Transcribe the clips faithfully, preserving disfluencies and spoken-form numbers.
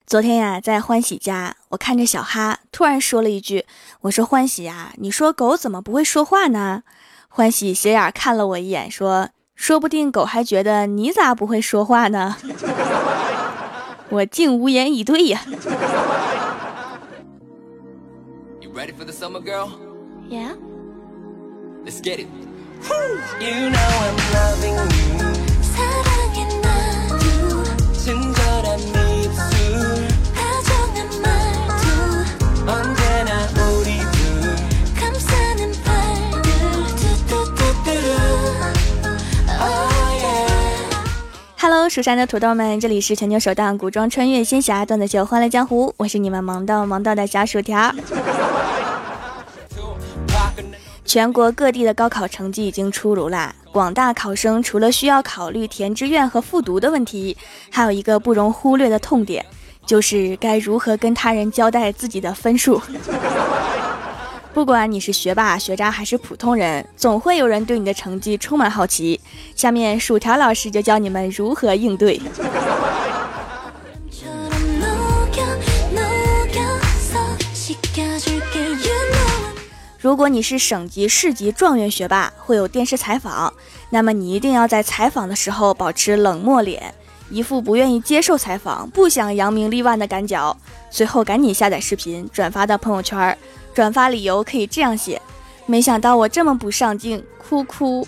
昨天呀，在欢喜家，我看着小哈，突然说了一句：“我说欢喜呀，你说狗怎么不会说话呢？”欢喜斜眼看了我一眼，说：“说不定狗还觉得你咋不会说话呢？”我竟无言以对呀。You ready for the summer, girl? Yeah. Let's get it. You know I'm loving you. 사랑해 나도 친절한 입술 다정한 말투 언제나 우리 둘 감싸는 팔들 뚜뚜뚜뚜루 Oh yeah. Hello， 蜀山的土豆们，这里是全球首档古装穿越仙侠段子秀《欢乐江湖》，我是你们萌到萌到的小薯条。全国各地的高考成绩已经出炉啦，广大考生除了需要考虑填志愿和复读的问题，还有一个不容忽略的痛点，就是该如何跟他人交代自己的分数。不管你是学霸、学渣还是普通人，总会有人对你的成绩充满好奇。下面薯条老师就教你们如何应对。如果你是省级、市级状元学霸，会有电视采访，那么你一定要在采访的时候保持冷漠脸，一副不愿意接受采访、不想扬名立万的感觉。随后赶紧下载视频，转发到朋友圈，转发理由可以这样写：没想到我这么不上镜，哭哭。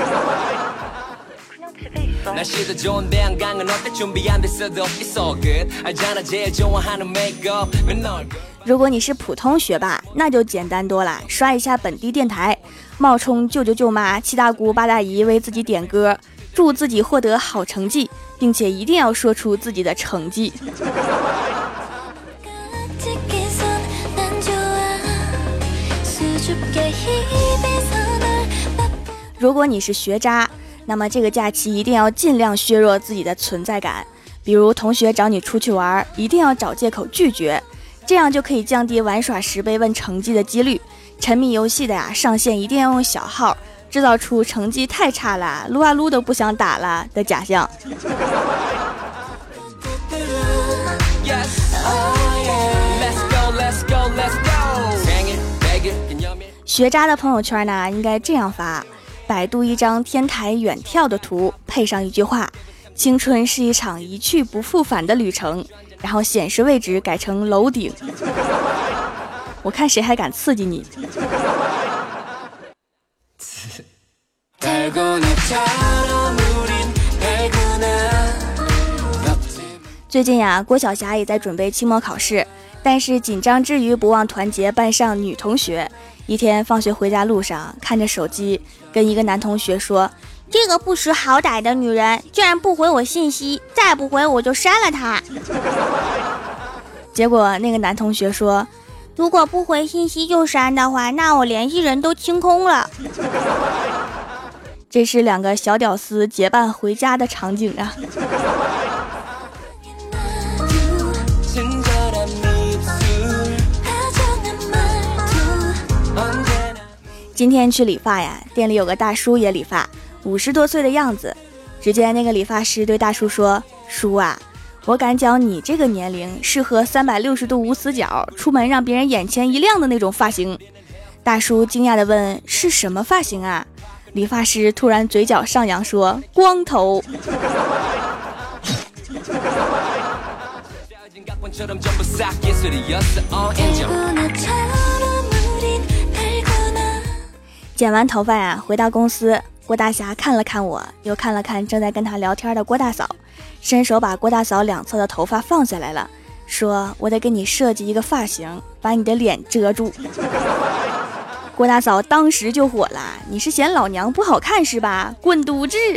如果你是普通学霸，那就简单多了，刷一下本地电台，冒充舅舅舅妈、七大姑八大姨为自己点歌，祝自己获得好成绩，并且一定要说出自己的成绩。如果你是学渣，那么这个假期一定要尽量削弱自己的存在感，比如同学找你出去玩，一定要找借口拒绝，这样就可以降低玩耍时被问成绩的几率。沉迷游戏的呀，上线一定要用小号，制造出成绩太差了，撸啊撸都不想打了的假象。学渣的朋友圈呢，应该这样发：百度一张天台远眺的图，配上一句话：青春是一场一去不复返的旅程，然后显示位置改成楼顶。我看谁还敢刺激你。最近呀，郭晓霞也在准备期末考试，但是紧张之余不忘团结班上女同学。一天放学回家路上，看着手机，跟一个男同学说：“这个不识好歹的女人，居然不回我信息，再不回我就删了她。”结果那个男同学说：“如果不回信息就删的话，那我联系人都清空了。”这是两个小屌丝结伴回家的场景啊。今天去理发呀，店里有个大叔也理发，五十多岁的样子。只见那个理发师对大叔说：“叔啊，我敢讲你这个年龄适合三百六十度无死角，出门让别人眼前一亮的那种发型。”大叔惊讶地问：“是什么发型啊？”理发师突然嘴角上扬说：“光头。”剪完头发呀，回到公司，郭大侠看了看我，又看了看正在跟他聊天的郭大嫂，伸手把郭大嫂两侧的头发放下来了，说：“我得给你设计一个发型，把你的脸遮住。”郭大嫂当时就火了：“你是嫌老娘不好看是吧？滚犊子！”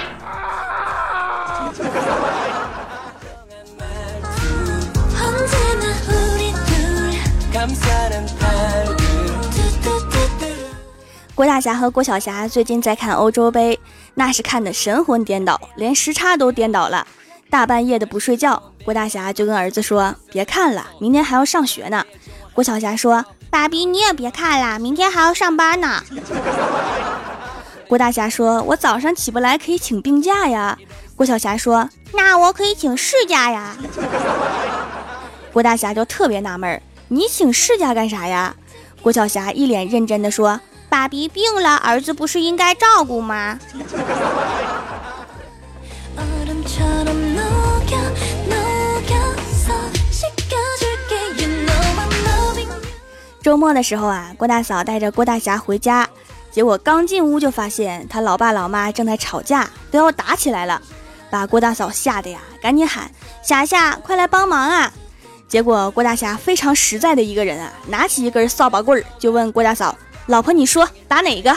郭大侠和郭晓霞最近在看欧洲杯，那是看得神魂颠倒，连时差都颠倒了，大半夜的不睡觉。郭大侠就跟儿子说：“别看了，明天还要上学呢。”郭晓霞说：“爸比你也别看了，明天还要上班呢。”郭大侠说：“我早上起不来可以请病假呀。”郭晓霞说：“那我可以请事假呀。” 郭大侠就特别纳闷，你请事假干啥呀？郭晓霞一脸认真的说，爸比病了，儿子不是应该照顾吗？周末的时候啊，郭大嫂带着郭大侠回家，结果刚进屋就发现他老爸老妈正在吵架，都要打起来了，把郭大嫂吓得呀，赶紧喊霞霞快来帮忙啊！结果郭大侠非常实在的一个人啊，拿起一根扫把棍儿就问郭大嫂，老婆你说打哪个？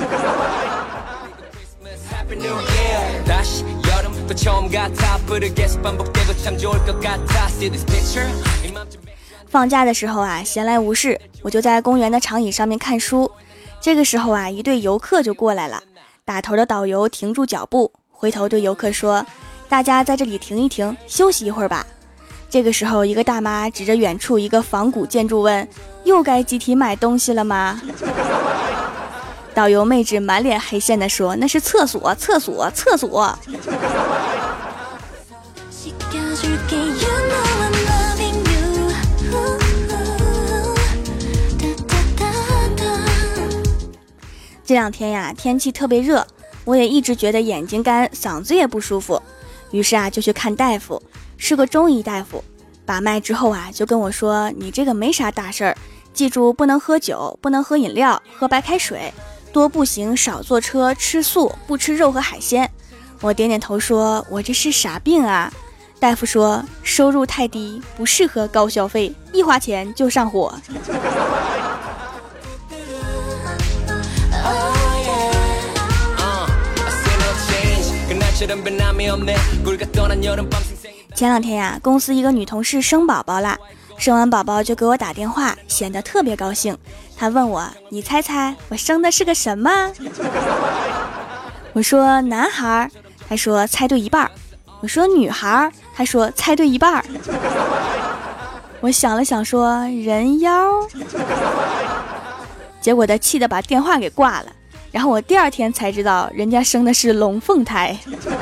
放假的时候啊，闲来无事，我就在公园的长椅上面看书。这个时候啊，一队游客就过来了，打头的导游停住脚步，回头对游客说，大家在这里停一停，休息一会儿吧。这个时候，一个大妈指着远处一个仿古建筑问，又该集体买东西了吗？导游妹纸满脸黑线地说，那是厕所厕所厕所。这两天呀，天气特别热，我也一直觉得眼睛干，嗓子也不舒服，于是啊就去看大夫，是个中医大夫。把脉之后啊，就跟我说，你这个没啥大事儿，记住不能喝酒，不能喝饮料，喝白开水，多步行，少坐车，吃素，不吃肉和海鲜。我点点头说，我这是啥病啊？大夫说，收入太低，不适合高消费，一花钱就上火。前两天呀，公司一个女同事生宝宝啦，生完宝宝就给我打电话，显得特别高兴。她问我，你猜猜我生的是个什么？我说男孩，她说猜对一半。我说女孩，她说猜对一半。我想了想说人妖，结果她气得把电话给挂了。然后我第二天才知道，人家生的是龙凤胎。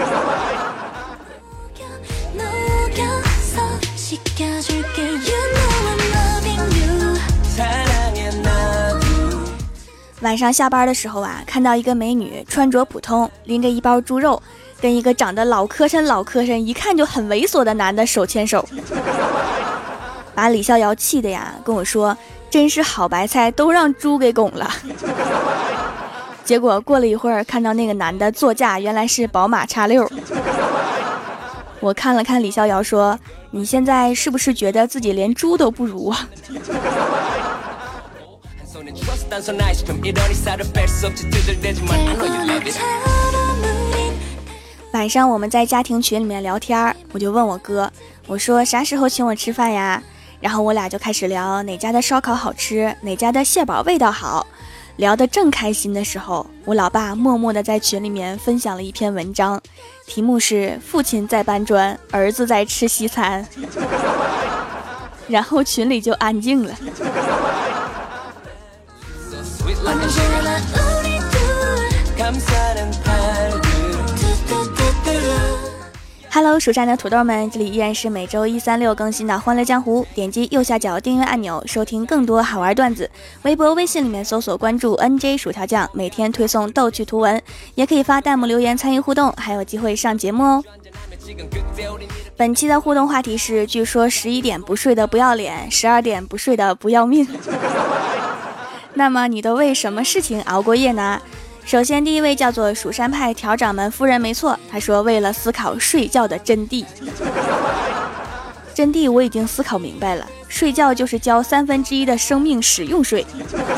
晚上下班的时候啊，看到一个美女穿着普通，拎着一包猪肉，跟一个长得老磕碜老磕碜一看就很猥琐的男的手牵手，把李逍遥气的呀，跟我说真是好白菜都让猪给拱了。结果过了一会儿，看到那个男的座驾原来是宝马X六。我看了看李逍遥说，你现在是不是觉得自己连猪都不如啊？晚上我们在家庭群里面聊天，我就问我哥，我说啥时候请我吃饭呀？然后我俩就开始聊哪家的烧烤好吃，哪家的蟹堡味道好。聊得正开心的时候，我老爸默默地在群里面分享了一篇文章，题目是父亲在搬砖，儿子在吃西餐。然后群里就安静了。Hello， 蜀山的土豆们，这里依然是每周一、三、六更新的《欢乐江湖》。点击右下角订阅按钮，收听更多好玩段子。微博、微信里面搜索关注 N J 薯条酱，每天推送逗趣图文，也可以发弹幕留言参与互动，还有机会上节目哦。本期的互动话题是：据说十一点不睡的不要脸，十二点不睡的不要命。那么你都为什么事情熬过夜呢？首先第一位叫做蜀山派调掌门夫人，没错，他说为了思考睡觉的真谛。真谛我已经思考明白了，睡觉就是交三分之一的生命使用税。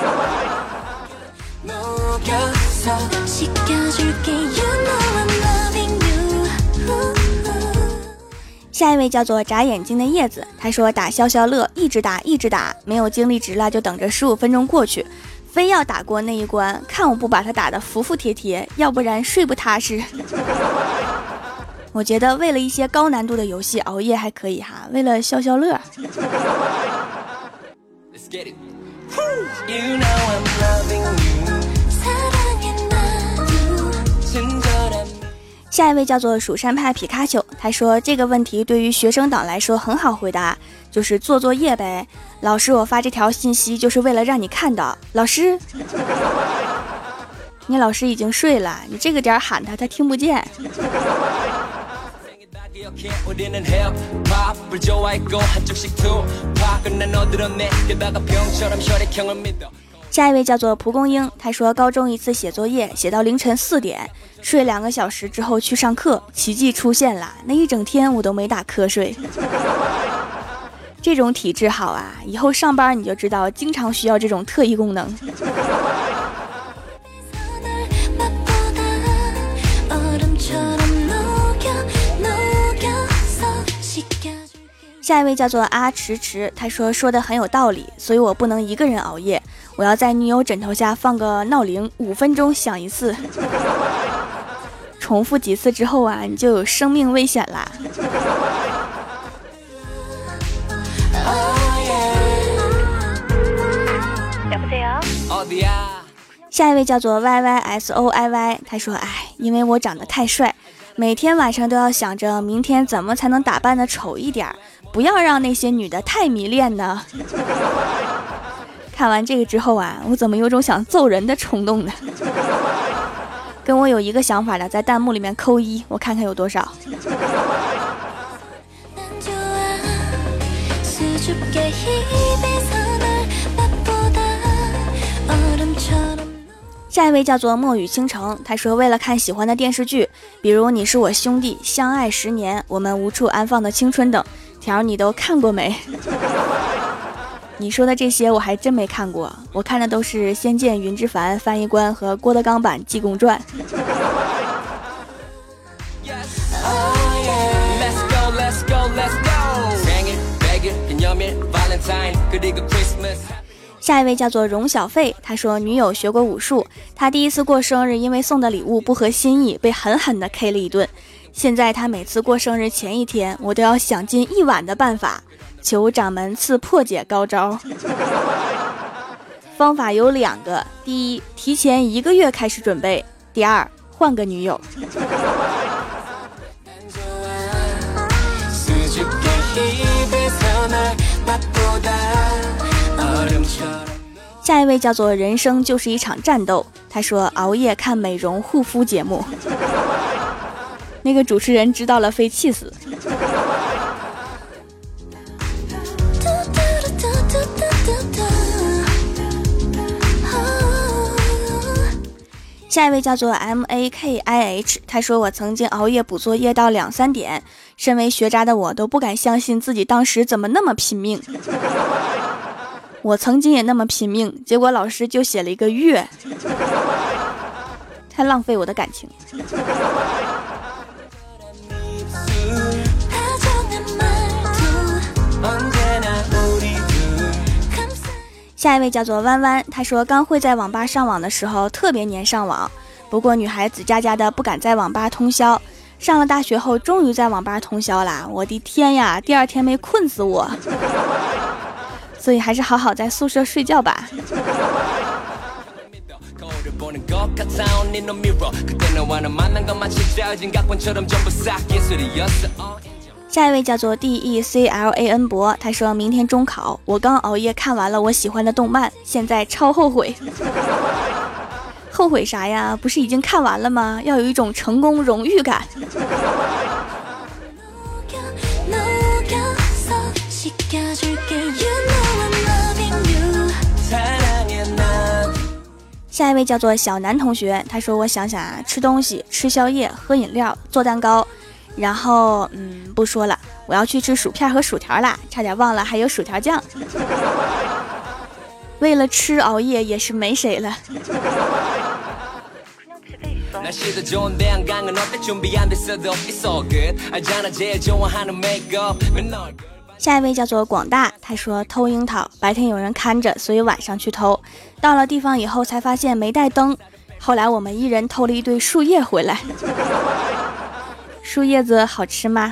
下一位叫做眨眼睛的叶子，他说打消消乐，一直打一直打，没有精力值了就等着十五分钟过去，非要打过那一关，看我不把他打得服服帖帖，要不然睡不踏实。我觉得为了一些高难度的游戏熬夜还可以哈，为了消消乐。下一位叫做蜀山派皮卡丘， 他说这个问题对于学生党来说很好回答，就是做作业呗。老师，我发这条信息就是为了让你看到。老师，你老师已经睡了，你这个点喊他，他听不见。下一位叫做蒲公英，他说高中一次写作业写到凌晨四点，睡两个小时之后去上课，奇迹出现了，那一整天我都没打瞌睡。这种体质好啊，以后上班你就知道经常需要这种特异功能。下一位叫做阿迟迟，他说说的很有道理，所以我不能一个人熬夜，我要在女友枕头下放个闹铃，五分钟响一次，重复几次之后啊，你就有生命危险啦。下一位叫做 Y Y S O I Y， 他说哎，因为我长得太帅，每天晚上都要想着明天怎么才能打扮的丑一点，不要让那些女的太迷恋呢。看完这个之后啊，我怎么有种想揍人的冲动呢？跟我有一个想法的在弹幕里面扣一，我看看有多少。下一位叫做墨雨倾城，他说为了看喜欢的电视剧，比如你是我兄弟、相爱十年、我们无处安放的青春等条，你都看过没？你说的这些我还真没看过，我看的都是仙剑云之凡翻译官和郭德纲版济公传。下一位叫做荣小费，他说女友学过武术，他第一次过生日因为送的礼物不合心意被狠狠的 K 了一顿，现在他每次过生日前一天我都要想尽一晚的办法求掌门赐破解高招。方法有两个，第一，提前一个月开始准备，第二，换个女友。下一位叫做人生就是一场战斗，他说熬夜看美容护肤节目。那个主持人知道了非气死。下一位叫做 M A K I H， 他说我曾经熬夜补作业到两三点，身为学渣的我都不敢相信自己当时怎么那么拼命。我曾经也那么拼命，结果老师就写了一个月，太浪费我的感情。下一位叫做弯弯，他说刚会在网吧上网的时候特别黏上网，不过女孩子家家的不敢在网吧通宵，上了大学后终于在网吧通宵啦，我的天呀，第二天没困死我。所以还是好好在宿舍睡觉吧。下一位叫做 D E C L A N 博，他说明天中考，我刚熬夜看完了我喜欢的动漫，现在超后悔。后悔啥呀？不是已经看完了吗？要有一种成功荣誉感。下一位叫做小南同学，他说我想想啊，吃东西、吃宵夜、喝饮料、做蛋糕，然后嗯不说了，我要去吃薯片和薯条啦，差点忘了还有薯条酱。为了吃熬夜也是没谁了。下一位叫做广大，他说偷樱桃，白天有人看着，所以晚上去偷，到了地方以后才发现没带灯，后来我们一人偷了一堆树叶回来。树叶子好吃吗？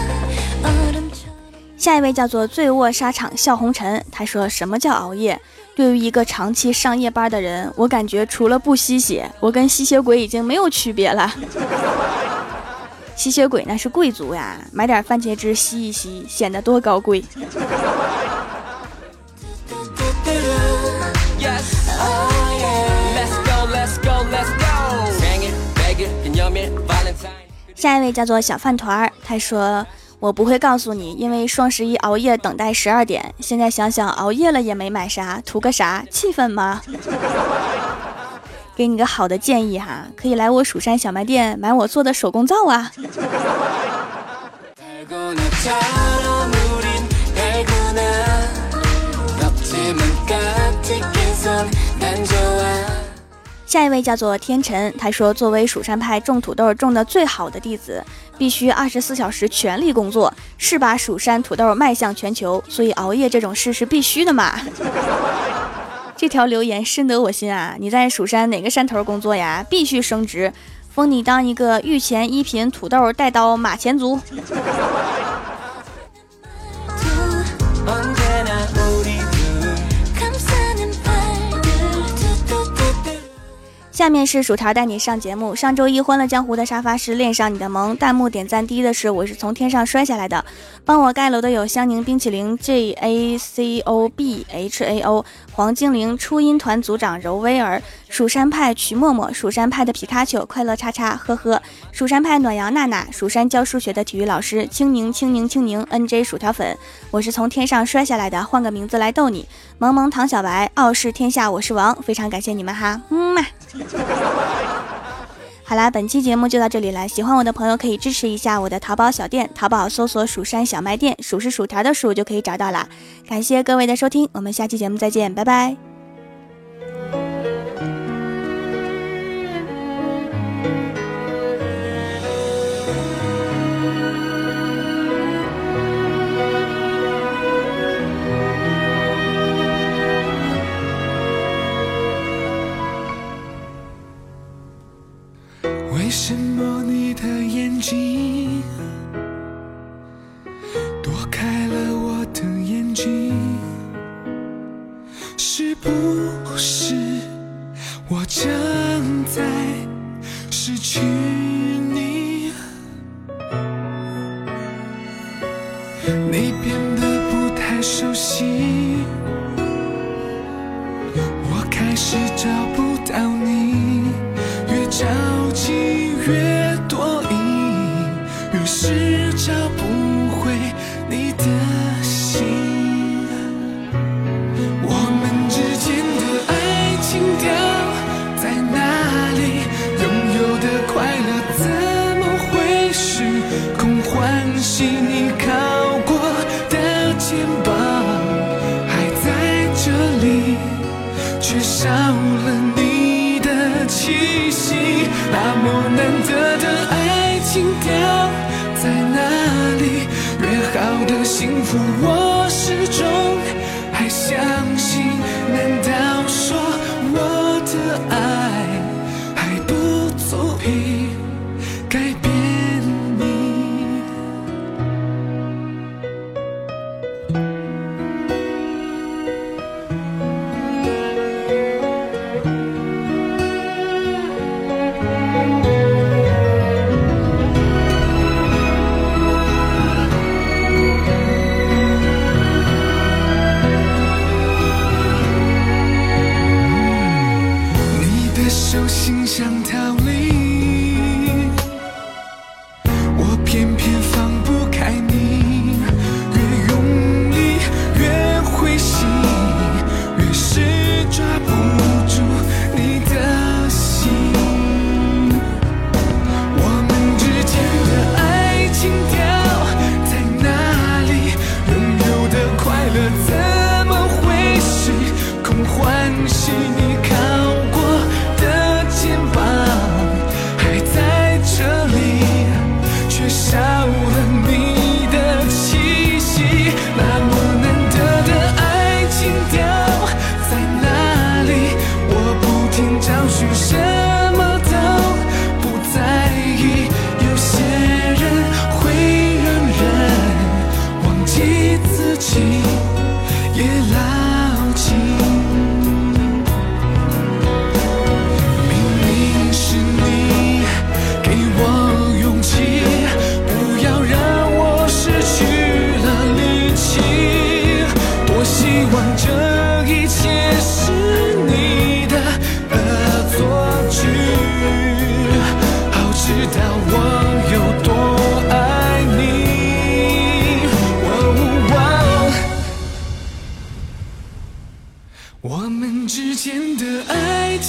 下一位叫做醉卧沙场笑红尘，他说什么叫熬夜？ 对于一个长期上夜班的人，我感觉除了不吸血，我跟吸血鬼已经没有区别了。吸血鬼那是贵族呀，买点番茄汁吸一吸，显得多高贵。下一位叫做小饭团儿，他说我不会告诉你，因为双十一熬夜等待十二点，现在想想熬夜了也没买啥，图个啥气氛吗？给你个好的建议哈，可以来我蜀山小卖店买我做的手工皂啊。下一位叫做天辰，他说作为蜀山派种土豆种的最好的弟子，必须二十四小时全力工作，是把蜀山土豆迈向全球，所以熬夜这种事是必须的嘛。这条留言深得我心啊！你在蜀山哪个山头工作呀？必须升职，封你当一个御前一品土豆带刀马前卒。下面是薯条带你上节目。上周一欢乐江湖的沙发是恋上你的萌，弹幕点赞低的是我是从天上摔下来的。帮我盖楼的有香宁冰淇淋 J A C O B H A O 黄精灵初音团组长柔威尔蜀山派曲默默蜀山派的皮卡丘快乐叉叉呵呵蜀山派暖阳娜娜蜀山教数学的体育老师青宁青宁青宁 N J 薯条粉我是从天上摔下来的，换个名字来逗你萌萌唐小白傲视天下我是王，非常感谢你们哈，嗯嘛。好啦，本期节目就到这里了，喜欢我的朋友可以支持一下我的淘宝小店，淘宝搜索蜀山小卖店，蜀是薯条的蜀就可以找到啦。感谢各位的收听，我们下期节目再见，拜拜。 为什么你的眼睛躲开了我的眼睛？是不是我正在失去你？你变得不太熟悉，我开始找不到你，越着急越多疑，越是找不回你的心。我们之间的爱情调在哪里？拥有的快乐怎么会是空欢喜？你靠过的肩膀还在这里，却少了你的气息。那么难得的爱情调在哪里？约好的幸福我始终还相信，难道说我的爱还不足以改变你？手心想逃离，我偏偏放不开你，越用力越灰心，越是抓不住你的心。我们之间的爱情调在哪里？拥有的快乐怎么会是空欢喜？你靠肩膀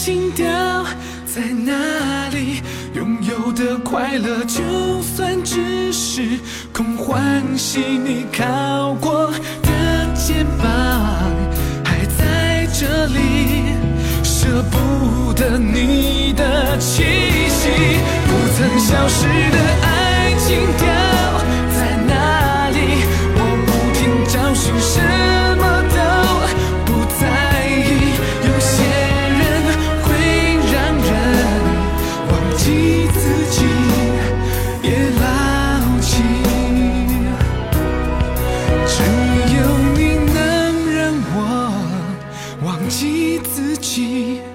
情调在哪里？拥有的快乐就算只是空欢喜，你靠过的肩膀还在这里，舍不得你的气息。不曾消失的爱情调在哪里？我不停找寻，什么都不在意。有些人会让人忘记自己，也牢记，只有你能让我忘记自己。